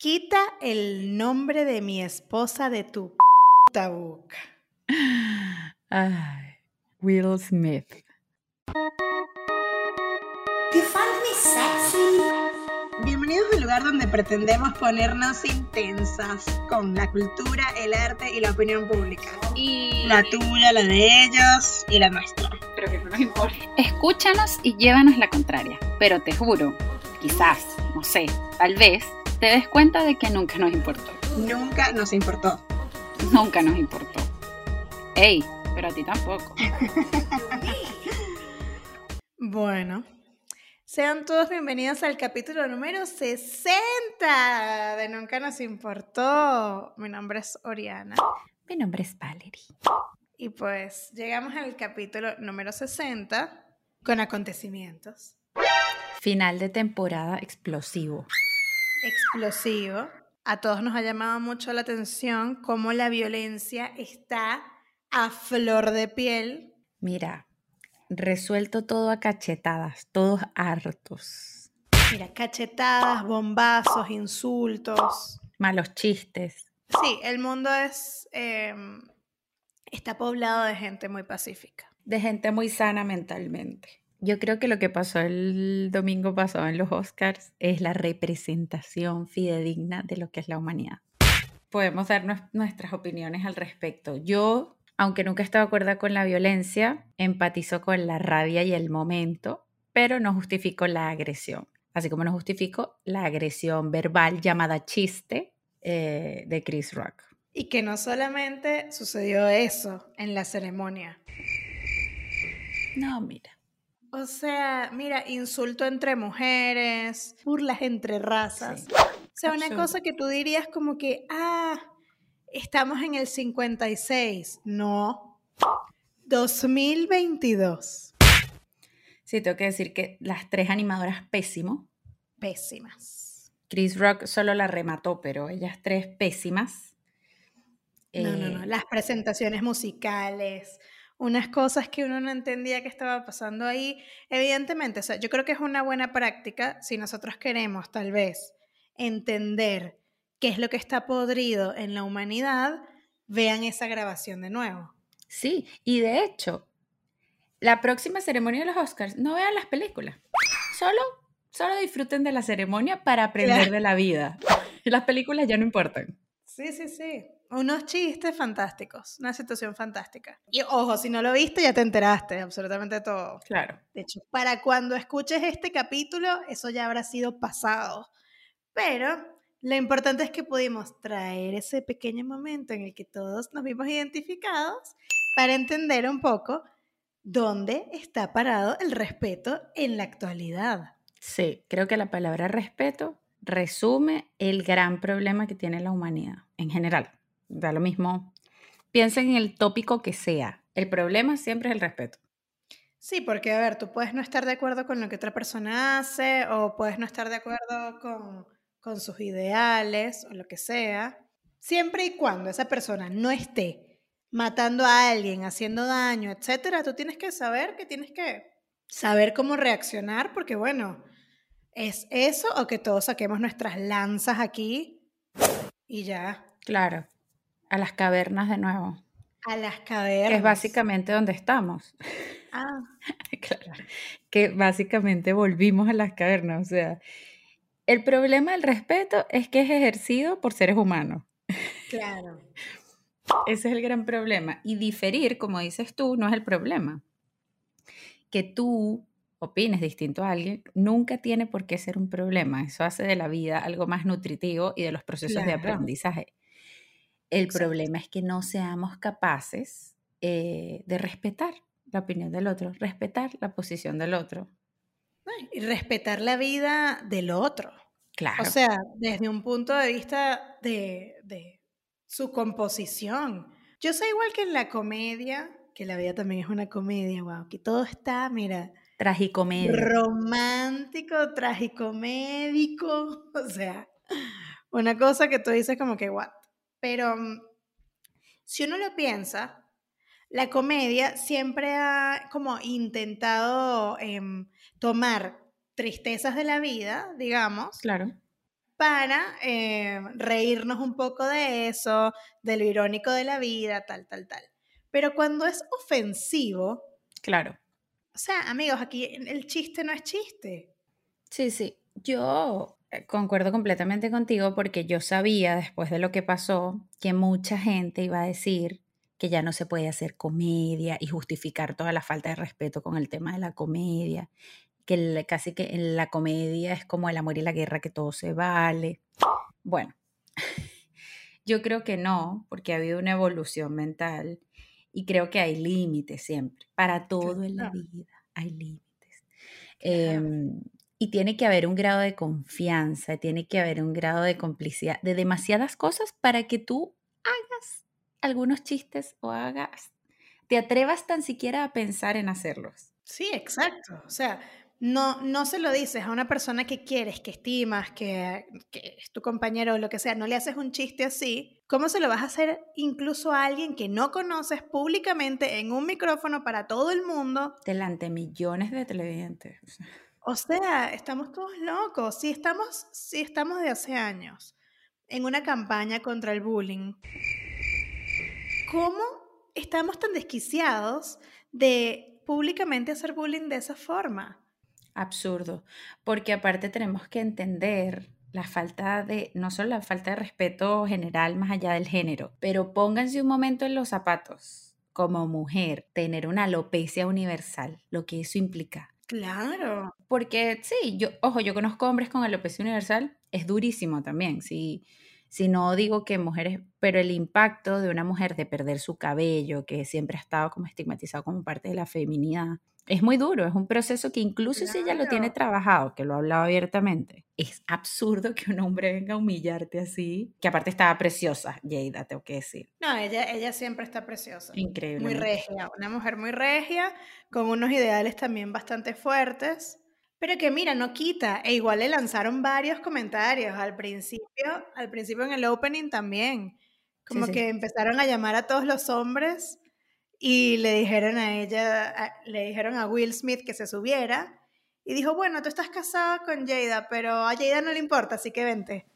Quita el nombre de mi esposa de tu puta boca. Ay, Will Smith. Do you find me sexy? Bienvenidos al lugar donde pretendemos ponernos intensas con la cultura, el arte y la opinión pública. Y la tuya, la de ellos y la nuestra. Pero que no nos importa. Escúchanos y llévanos la contraria. Pero te juro, quizás, no sé, tal vez, te des cuenta de que nunca nos importó. Nunca nos importó. Nunca nos importó. Ey, pero a ti tampoco. Bueno, sean todos bienvenidos al capítulo número 60 de Nunca nos importó. Mi nombre es Oriana. Mi nombre es Valerie. Y pues llegamos al capítulo número 60 con acontecimientos. Final de temporada explosivo. Explosivo. A todos nos ha llamado mucho la atención cómo la violencia está a flor de piel. Mira, resuelto todo a cachetadas, todos hartos. Mira, cachetadas, bombazos, insultos. Malos chistes. Sí, el mundo está poblado de gente muy pacífica. De gente muy sana mentalmente. Yo creo que lo que pasó el domingo pasado en los Oscars es la representación fidedigna de lo que es la humanidad. Podemos dar nuestras opiniones al respecto. Yo, aunque nunca he estado de acuerdo con la violencia, empatizo con la rabia y el momento, pero no justifico la agresión. Así como no justifico la agresión verbal llamada chiste de Chris Rock. Y que no solamente sucedió eso en la ceremonia. No, mira. O sea, mira, insulto entre mujeres, burlas entre razas. Sí, o sea, absurdo. Una cosa que tú dirías como que, estamos en el 56. No, 2022. Sí, tengo que decir que las tres animadoras pésimo. Pésimas. Chris Rock solo la remató, pero ellas tres pésimas. No. Las presentaciones musicales, unas cosas que uno no entendía que estaba pasando ahí. Evidentemente, o sea, yo creo que es una buena práctica si nosotros queremos, tal vez, entender qué es lo que está podrido en la humanidad, vean esa grabación de nuevo. Sí, y de hecho, la próxima ceremonia de los Oscars, no vean las películas. Solo disfruten de la ceremonia para aprender Claro. de la vida. Las películas ya no importan. Sí. Unos chistes fantásticos, una situación fantástica. Y ojo, si no lo viste, ya te enteraste de absolutamente todo. Claro. De hecho, para cuando escuches este capítulo, eso ya habrá sido pasado. Pero lo importante es que pudimos traer ese pequeño momento en el que todos nos vimos identificados para entender un poco dónde está parado el respeto en la actualidad. Sí, creo que la palabra respeto resume el gran problema que tiene la humanidad en general. Da lo mismo. Piensen en el tópico que sea. El problema siempre es el respeto. Sí, porque a ver, tú puedes no estar de acuerdo con lo que otra persona hace o puedes no estar de acuerdo con sus ideales o lo que sea, siempre y cuando esa persona no esté matando a alguien, haciendo daño, etcétera, tú tienes que saber cómo reaccionar porque bueno, es eso o que todos saquemos nuestras lanzas aquí y ya. Claro, a las cavernas de nuevo. A las cavernas. Que es básicamente donde estamos. Claro, que básicamente volvimos a las cavernas. O sea, el problema del respeto es que es ejercido por seres humanos. Claro. Ese es el gran problema. Y diferir, como dices tú, no es el problema. Que tú opines distinto a alguien nunca tiene por qué ser un problema. Eso hace de la vida algo más nutritivo y de los procesos de aprendizaje. El problema es que no seamos capaces de respetar la opinión del otro, respetar la posición del otro. Y respetar la vida del otro. Claro. O sea, desde un punto de vista de su composición. Yo soy igual que en la comedia, que la vida también es una comedia, wow, que todo está, mira, tragicomedia. Romántico, tragicomédico, o sea, una cosa que tú dices como que what. Pero si uno lo piensa, la comedia siempre ha como intentado tomar tristezas de la vida, digamos, claro, para reírnos un poco de eso, de lo irónico de la vida, tal, tal, tal. Pero cuando es ofensivo, Claro. o sea, amigos, aquí el chiste no es chiste. Sí, sí. Yo concuerdo completamente contigo porque yo sabía después de lo que pasó que mucha gente iba a decir que ya no se puede hacer comedia y justificar toda la falta de respeto con el tema de la comedia, que casi que en la comedia es como el amor y la guerra, que todo se vale. Bueno, yo creo que no, porque ha habido una evolución mental y creo que hay límites siempre. Para todo en la Claro, vida hay límites. claro. Em, y tiene que haber un grado de confianza, tiene que haber un grado de complicidad, de demasiadas cosas para que tú hagas algunos chistes o te atrevas tan siquiera a pensar en hacerlos. Sí, exacto. O sea, no se lo dices a una persona que quieres, que estimas, que es tu compañero o lo que sea, no le haces un chiste así. ¿Cómo se lo vas a hacer incluso a alguien que no conoces públicamente en un micrófono para todo el mundo? Delante de millones de televidentes. O sea, estamos todos locos. Si estamos de hace años en una campaña contra el bullying, ¿cómo estamos tan desquiciados de públicamente hacer bullying de esa forma? Absurdo, porque aparte tenemos que entender la falta de, no solo la falta de respeto general más allá del género, pero pónganse un momento en los zapatos como mujer, tener una alopecia universal, lo que eso implica. Claro. Porque sí, ojo, yo conozco hombres con alopecia universal, es durísimo también, si no digo que mujeres, pero el impacto de una mujer de perder su cabello, que siempre ha estado como estigmatizado como parte de la feminidad, es muy duro, es un proceso que incluso si ella lo tiene Claro. trabajado, que lo ha hablado abiertamente, es absurdo que un hombre venga a humillarte así, que aparte estaba preciosa, Jada, tengo que decir, No, ella siempre está preciosa, muy increíblemente. regia, una mujer muy regia, con unos ideales también bastante fuertes, pero que mira, no quita, e igual le lanzaron varios comentarios al principio en el opening también, Sí, como sí. que empezaron a llamar a todos los hombres y le dijeron a ella, le dijeron a Will Smith que se subiera y dijo, bueno, tú estás casado con Jada, pero a Jada no le importa, así que vente.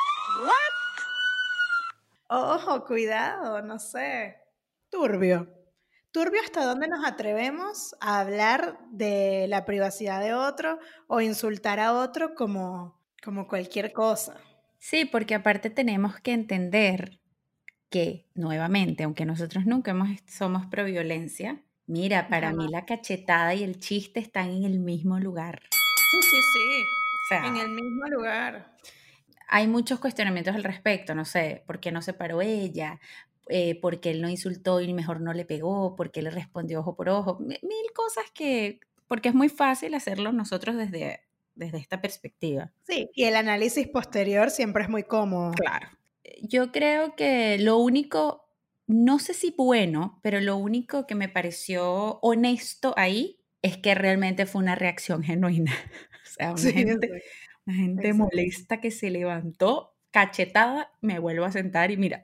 Ojo, cuidado, no sé. Turbio. Turbio hasta dónde nos atrevemos a hablar de la privacidad de otro o insultar a otro como cualquier cosa. Sí, porque aparte tenemos que entender que, nuevamente, aunque nosotros nunca somos pro violencia, mira, para mí Jamás. la cachetada y el chiste están en el mismo lugar. Sí, sí, sí. O En sea, el mismo lugar. hay muchos cuestionamientos al respecto, no sé, ¿por qué no se paró ella? ¿Por qué él no insultó y mejor no le pegó? ¿Por qué le respondió ojo por ojo? Mil cosas porque es muy fácil hacerlo nosotros desde esta perspectiva. Sí, y el análisis posterior siempre es muy cómodo. Claro. Yo creo que lo único, no sé si bueno, pero lo único que me pareció honesto ahí es que realmente fue una reacción genuina. O sea, Sí, exacto, una gente exacto. molesta que se levantó, cachetada, me vuelvo a sentar y mira,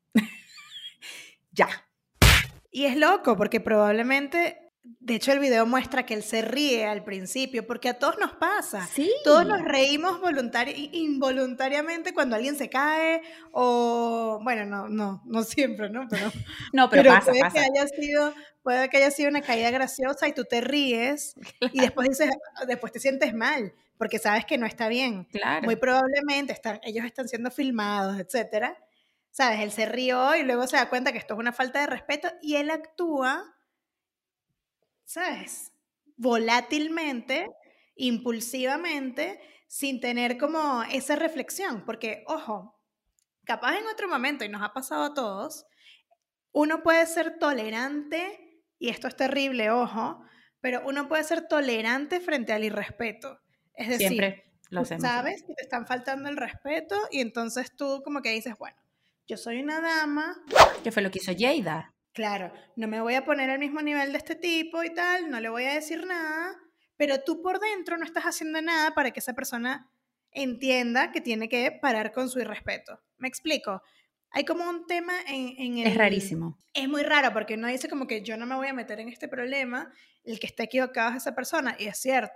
ya. Y es loco porque probablemente, de hecho el video muestra que él se ríe al principio, porque a todos nos pasa. Todos nos Sí, reímos involuntariamente cuando alguien se cae o, bueno, no siempre, ¿no? Pero, no, pero pero pasa, pasa. puede que haya sido una caída graciosa y tú te ríes y después te sientes mal porque sabes que no está bien. Muy Claro, probablemente ellos están siendo filmados, etcétera. ¿Sabes? Él se rió y luego se da cuenta que esto es una falta de respeto y él actúa, ¿sabes? Volátilmente, impulsivamente, sin tener como esa reflexión. Porque, ojo, capaz en otro momento, y nos ha pasado a todos, uno puede ser tolerante, y esto es terrible, ojo, pero uno puede ser tolerante frente al irrespeto. Es decir, siempre lo tú hacemos. sabes que te están faltando el respeto y entonces tú como que dices, bueno, yo soy una dama. ¿Qué fue lo que hizo Jada? Claro, no me voy a poner al mismo nivel de este tipo y tal, no le voy a decir nada, pero tú por dentro no estás haciendo nada para que esa persona entienda que tiene que parar con su irrespeto. ¿Me explico? Hay como un tema en Es el... rarísimo. Es muy raro porque uno dice como que yo no me voy a meter en este problema, el que está equivocado es esa persona, y es cierto,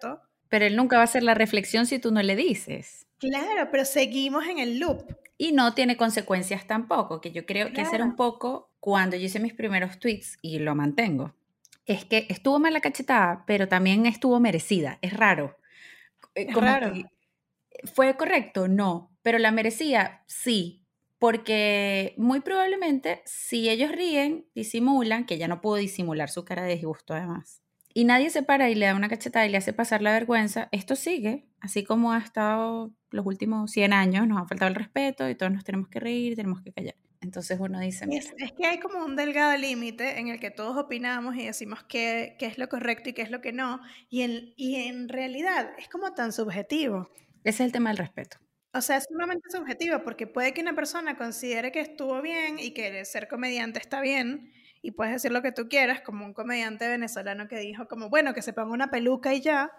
Pero él nunca va a hacer la reflexión si tú no le dices. Claro, pero seguimos en el loop. Y no tiene consecuencias tampoco, que yo creo que ese era un Claro, poco cuando yo hice mis primeros tweets y lo mantengo. Es que estuvo mal la cachetada, pero también estuvo merecida. Es raro. es Como raro. que fue correcto, no, pero la merecía, sí. Porque muy probablemente si ellos ríen, disimulan, que ya no pudo disimular su cara de disgusto además, y nadie se para y le da una cachetada y le hace pasar la vergüenza, esto sigue, así como ha estado los últimos 100 años, nos ha faltado el respeto y todos nos tenemos que reír, tenemos que callar. Entonces uno dice, mira, Es que hay como un delgado límite en el que todos opinamos y decimos qué es lo correcto y qué es lo que no, y en realidad es como tan subjetivo. ese es el tema del respeto. O sea, es sumamente subjetivo porque puede que una persona considere que estuvo bien y que ser comediante está bien y puedes decir lo que tú quieras, como un comediante venezolano que dijo como, bueno, que se ponga una peluca y ya.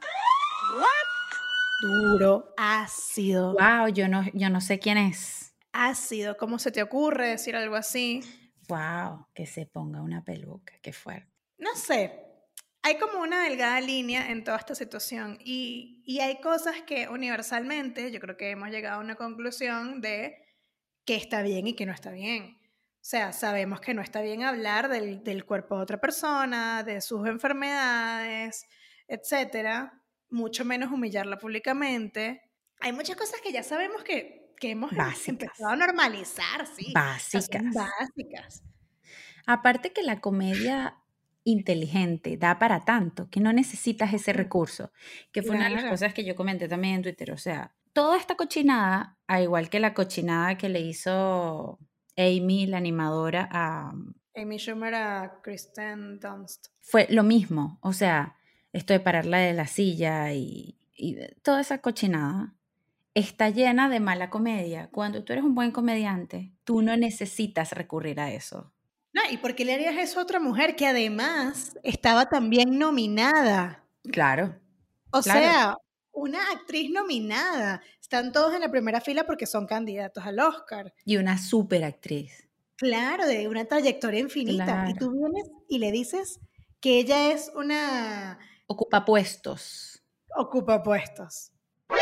Duro, ácido, Wow, yo no sé quién es. ácido. ¿Cómo se te ocurre decir algo así? Wow, que se ponga una peluca, qué fuerte. No sé, hay como una delgada línea en toda esta situación y hay cosas que universalmente yo creo que hemos llegado a una conclusión de que está bien y que no está bien. O sea, sabemos que no está bien hablar del cuerpo de otra persona, de sus enfermedades, etcétera, mucho menos humillarla públicamente. Hay muchas cosas que ya sabemos que hemos empezado Básicas, a normalizar, sí, o sea, son básicas. básicas. Aparte que la comedia inteligente da para tanto, que no necesitas ese Mm, recurso, que fue una de las claro. cosas que yo comenté también en Twitter. O sea, toda esta cochinada, a igual que la cochinada que le hizo Amy, la animadora, Amy Schumer a Kristen Dunst. fue lo mismo. O sea, esto de pararla de la silla y toda esa cochinada está llena de mala comedia. Cuando tú eres un buen comediante, tú no necesitas recurrir a eso. No, ¿y por qué le harías eso a otra mujer que además estaba también nominada? Claro, O claro. sea, una actriz nominada. Están todos en la primera fila porque son candidatos al Oscar. Y una súper actriz. Claro, de una trayectoria infinita. Y Claro. tú vienes y le dices que ella es una Ocupa puestos. ocupa puestos.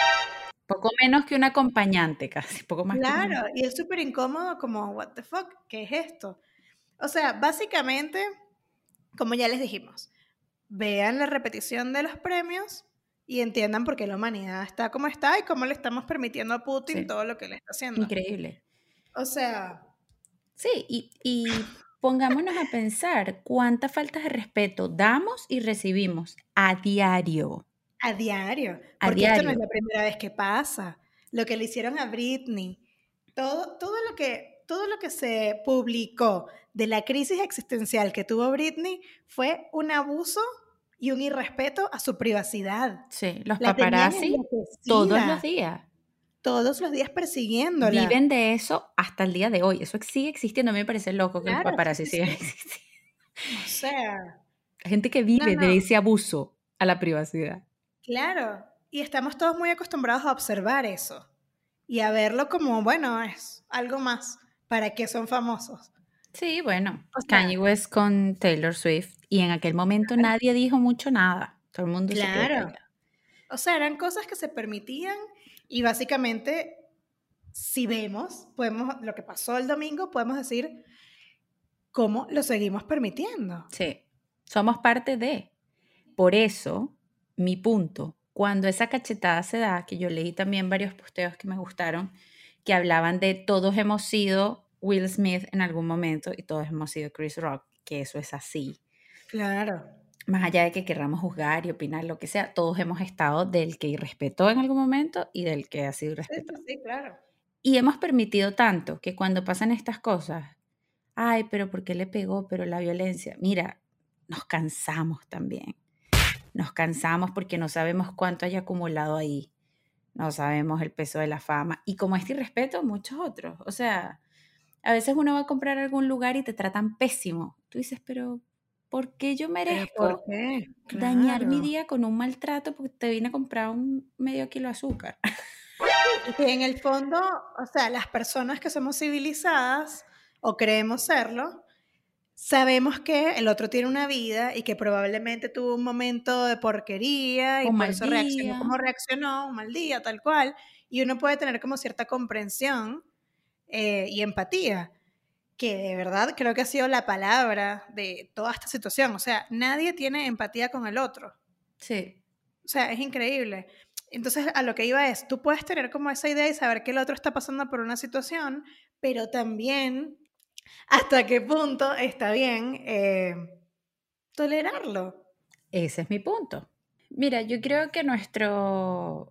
Poco menos que un acompañante, casi, poco más que un... Claro, y es súper incómodo como, what the fuck, ¿qué es esto? O sea, básicamente, como ya les dijimos, vean la repetición de los premios y entiendan por qué la humanidad está como está y cómo le estamos permitiendo a Putin Sí, todo lo que le está haciendo. increíble. O sea, Sí, y pongámonos a pensar cuántas faltas de respeto damos y recibimos a diario, a diario, a porque esto no es diario. la primera vez que pasa. Lo que le hicieron a Britney, todo lo que se publicó de la crisis existencial que tuvo Britney fue un abuso y un irrespeto a su privacidad. Sí, los La tenían paparazzi todos los enloquecida, días todos los días persiguiéndola. viven de eso hasta el día de hoy. Eso sigue existiendo. A mí me parece loco que los Claro, sí, paparazzi sí, sigan sí. existiendo. O sea, Gente que no, vive de no, ese abuso a la privacidad. claro. Y estamos todos muy acostumbrados a observar eso y a verlo como, bueno, es algo más. ¿Para qué son famosos? Sí, bueno, O Kanye sea, West con Taylor Swift y en aquel momento claro. nadie dijo mucho nada, todo el mundo se quedó Claro. callado. O sea, eran cosas que se permitían y básicamente, si vemos, podemos, lo que pasó el domingo, podemos decir cómo lo seguimos permitiendo. Sí, somos parte de. Por eso, mi punto, cuando esa cachetada se da, que yo leí también varios posteos que me gustaron, que hablaban de todos hemos sido Will Smith en algún momento y todos hemos sido Chris Rock, que eso es así. Claro. Más allá de que querramos juzgar y opinar lo que sea, todos hemos estado del que irrespetó en algún momento y del que ha sido Sí, sí, irrespetado. sí, claro. Y hemos permitido tanto que cuando pasan estas cosas, ay, pero ¿por qué le pegó? Pero la violencia, mira, nos cansamos también. Nos cansamos porque no sabemos cuánto hay acumulado ahí. No sabemos el peso de la fama. Y como este irrespeto, muchos otros. O sea, a veces uno va a comprar a algún lugar y te tratan pésimo. Tú dices, pero ¿por qué yo ¿Pero por merezco qué? dañar mi Claro. día con un maltrato porque te vine a comprar un medio kilo de azúcar? Y que en el fondo, o sea, las personas que somos civilizadas o creemos serlo, sabemos que el otro tiene una vida y que probablemente tuvo un momento de porquería y Un por mal eso reaccionó día. como reaccionó, un mal día, tal cual, y uno puede tener como cierta comprensión y empatía, que de verdad creo que ha sido la palabra de toda esta situación. O sea, nadie tiene empatía con el otro. Sí. O sea, es increíble. Entonces, a lo que iba es, tú puedes tener como esa idea y saber que el otro está pasando por una situación, pero también hasta qué punto está bien tolerarlo. Ese es mi punto. Mira, yo creo que nuestro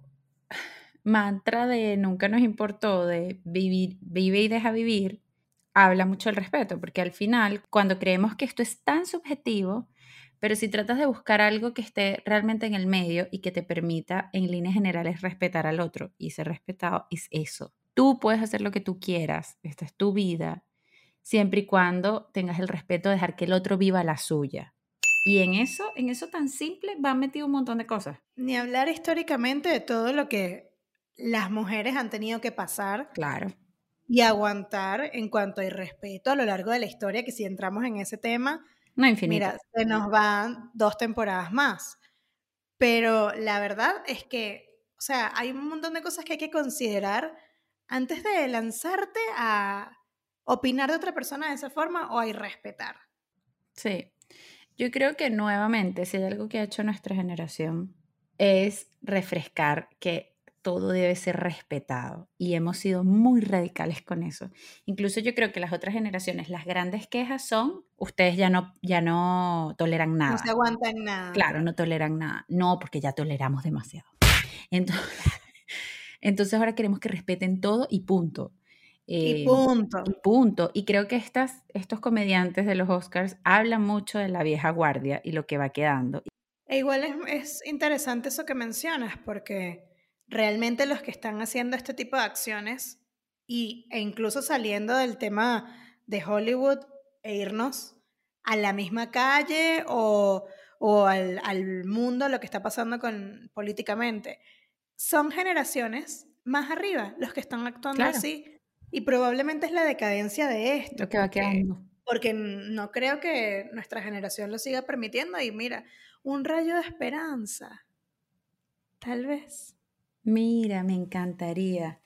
mantra de nunca nos importó, de vivir, vive y deja vivir, habla mucho del respeto, porque al final, cuando creemos que esto es tan subjetivo, pero si tratas de buscar algo que esté realmente en el medio y que te permita, en líneas generales, respetar al otro y ser respetado, es eso. Tú puedes hacer lo que tú quieras, esta es tu vida, siempre y cuando tengas el respeto de dejar que el otro viva la suya. Y en eso tan simple, van metido un montón de cosas. Ni hablar históricamente de todo lo que las mujeres han tenido que pasar Claro, y aguantar en cuanto a irrespeto a lo largo de la historia, que si entramos en ese tema, no infinito. mira, se nos van 2 temporadas más. Pero la verdad es que, o sea, hay un montón de cosas que hay que considerar antes de lanzarte a opinar de otra persona de esa forma o a irrespetar. Sí, yo creo que nuevamente, si hay algo que ha hecho nuestra generación, es refrescar que todo debe ser respetado y hemos sido muy radicales con eso. Incluso yo creo que las otras generaciones, las grandes quejas son, ustedes ya no toleran No se nada. aguanta en nada, Claro, claro. no toleran nada. No, porque ya toleramos demasiado. Entonces, Claro. entonces ahora queremos que respeten todo y punto. Y Eh, punto. y punto. Y creo que estos comediantes de los Oscars hablan mucho de la vieja guardia y lo que va quedando. E igual es interesante eso que mencionas, porque realmente los que están haciendo este tipo de acciones e incluso saliendo del tema de Hollywood e irnos a la misma calle o al mundo, lo que está pasando políticamente, son generaciones más arriba los que están actuando Claro, así. Y probablemente es la decadencia de lo esto, que va quedando. porque no creo que nuestra generación lo siga permitiendo. Y mira, un rayo de esperanza, tal vez. Mira, me encantaría.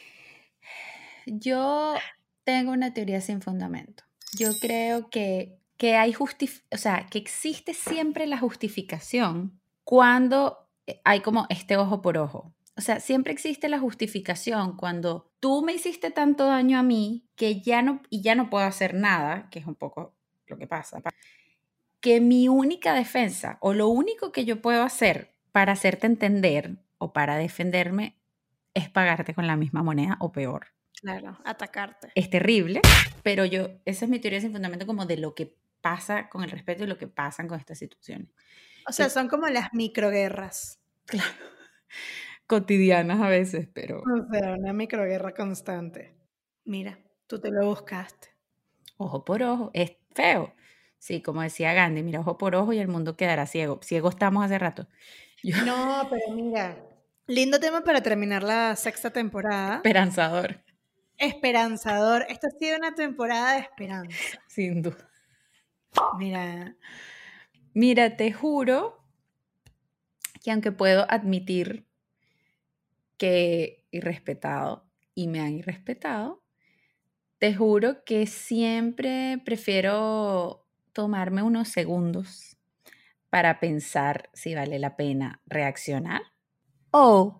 Yo tengo una teoría sin fundamento. Yo creo que hay o sea, que existe siempre la justificación cuando hay como este ojo por ojo. O sea, siempre existe la justificación cuando tú me hiciste tanto daño a mí que ya no puedo hacer nada, que es un poco lo que pasa, que mi única defensa o lo único que yo puedo hacer para hacerte entender o para defenderme es pagarte con la misma moneda o peor. Claro, atacarte. Es terrible, pero esa es mi teoría sin fundamento como de lo que pasa con el respeto y lo que pasan con estas situaciones. O sea, Que, son como las microguerras. claro, cotidianas a veces, pero O sea, una microguerra constante. Mira, tú te lo buscaste. ojo por ojo, es feo. Sí, como decía Gandhi, mira, ojo por ojo y el mundo quedará ciego. Ciego estamos hace rato. Yo, No, pero mira, lindo tema para terminar la 6ª temporada. esperanzador, Esperanzador. Esta ha sido una temporada de esperanza. sin duda. Mira, Mira, te juro que aunque puedo admitir que irrespetado y me han irrespetado, te juro que siempre prefiero tomarme unos segundos para pensar si vale la pena reaccionar o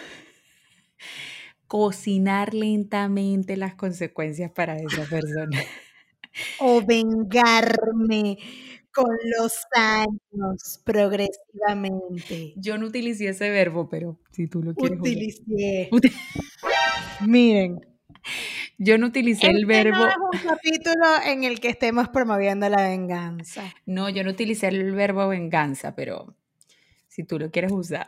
cocinar lentamente las consecuencias para esa persona. o vengarme con los años progresivamente. Yo no utilicé ese verbo, pero si tú lo quieres usar. Utilicé. Miren, Yo no utilicé el este no es verbo, un capítulo en el que estemos promoviendo la venganza. no, yo no utilicé el verbo venganza, pero si tú lo quieres usar.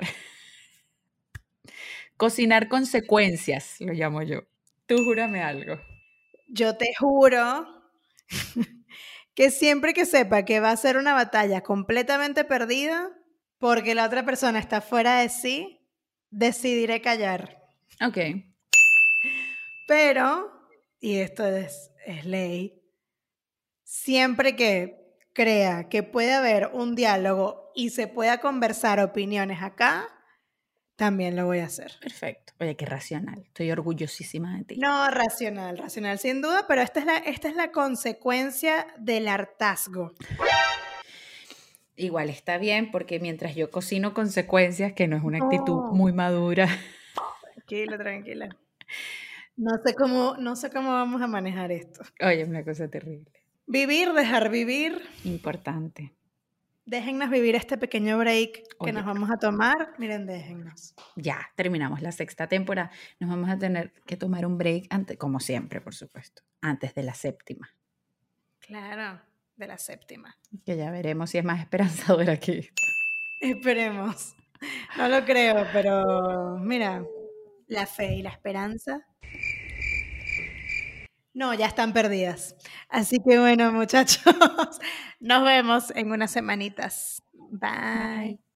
Cocinar consecuencias, lo llamo yo. Tú júrame algo. Yo te juro que siempre que sepa que va a ser una batalla completamente perdida, porque la otra persona está fuera de sí, decidiré callar. Ok, Pero, y esto es ley, siempre que crea que puede haber un diálogo y se pueda conversar opiniones acá, también lo voy a hacer. Perfecto. Oye, qué racional. Estoy orgullosísima de ti. No, racional sin duda, pero esta es la consecuencia del hartazgo. Igual está bien porque mientras yo cocino consecuencias, que no es una actitud No. muy madura. Tranquila. No sé cómo vamos a manejar esto. Oye, es una cosa terrible. Vivir, dejar vivir. Importante. Déjennos vivir este pequeño break que Oye, nos vamos a tomar. Miren, déjennos. ya terminamos la 6ª temporada. Nos vamos a tener que tomar un break antes, como siempre, por supuesto, antes de la 7ª. Claro, de la 7ª. Que ya veremos si es más esperanzadora que esto. Esperemos. No lo creo, pero mira, la fe y la esperanza. No, ya están perdidas. Así que bueno, muchachos, nos vemos en unas semanitas. Bye. Bye.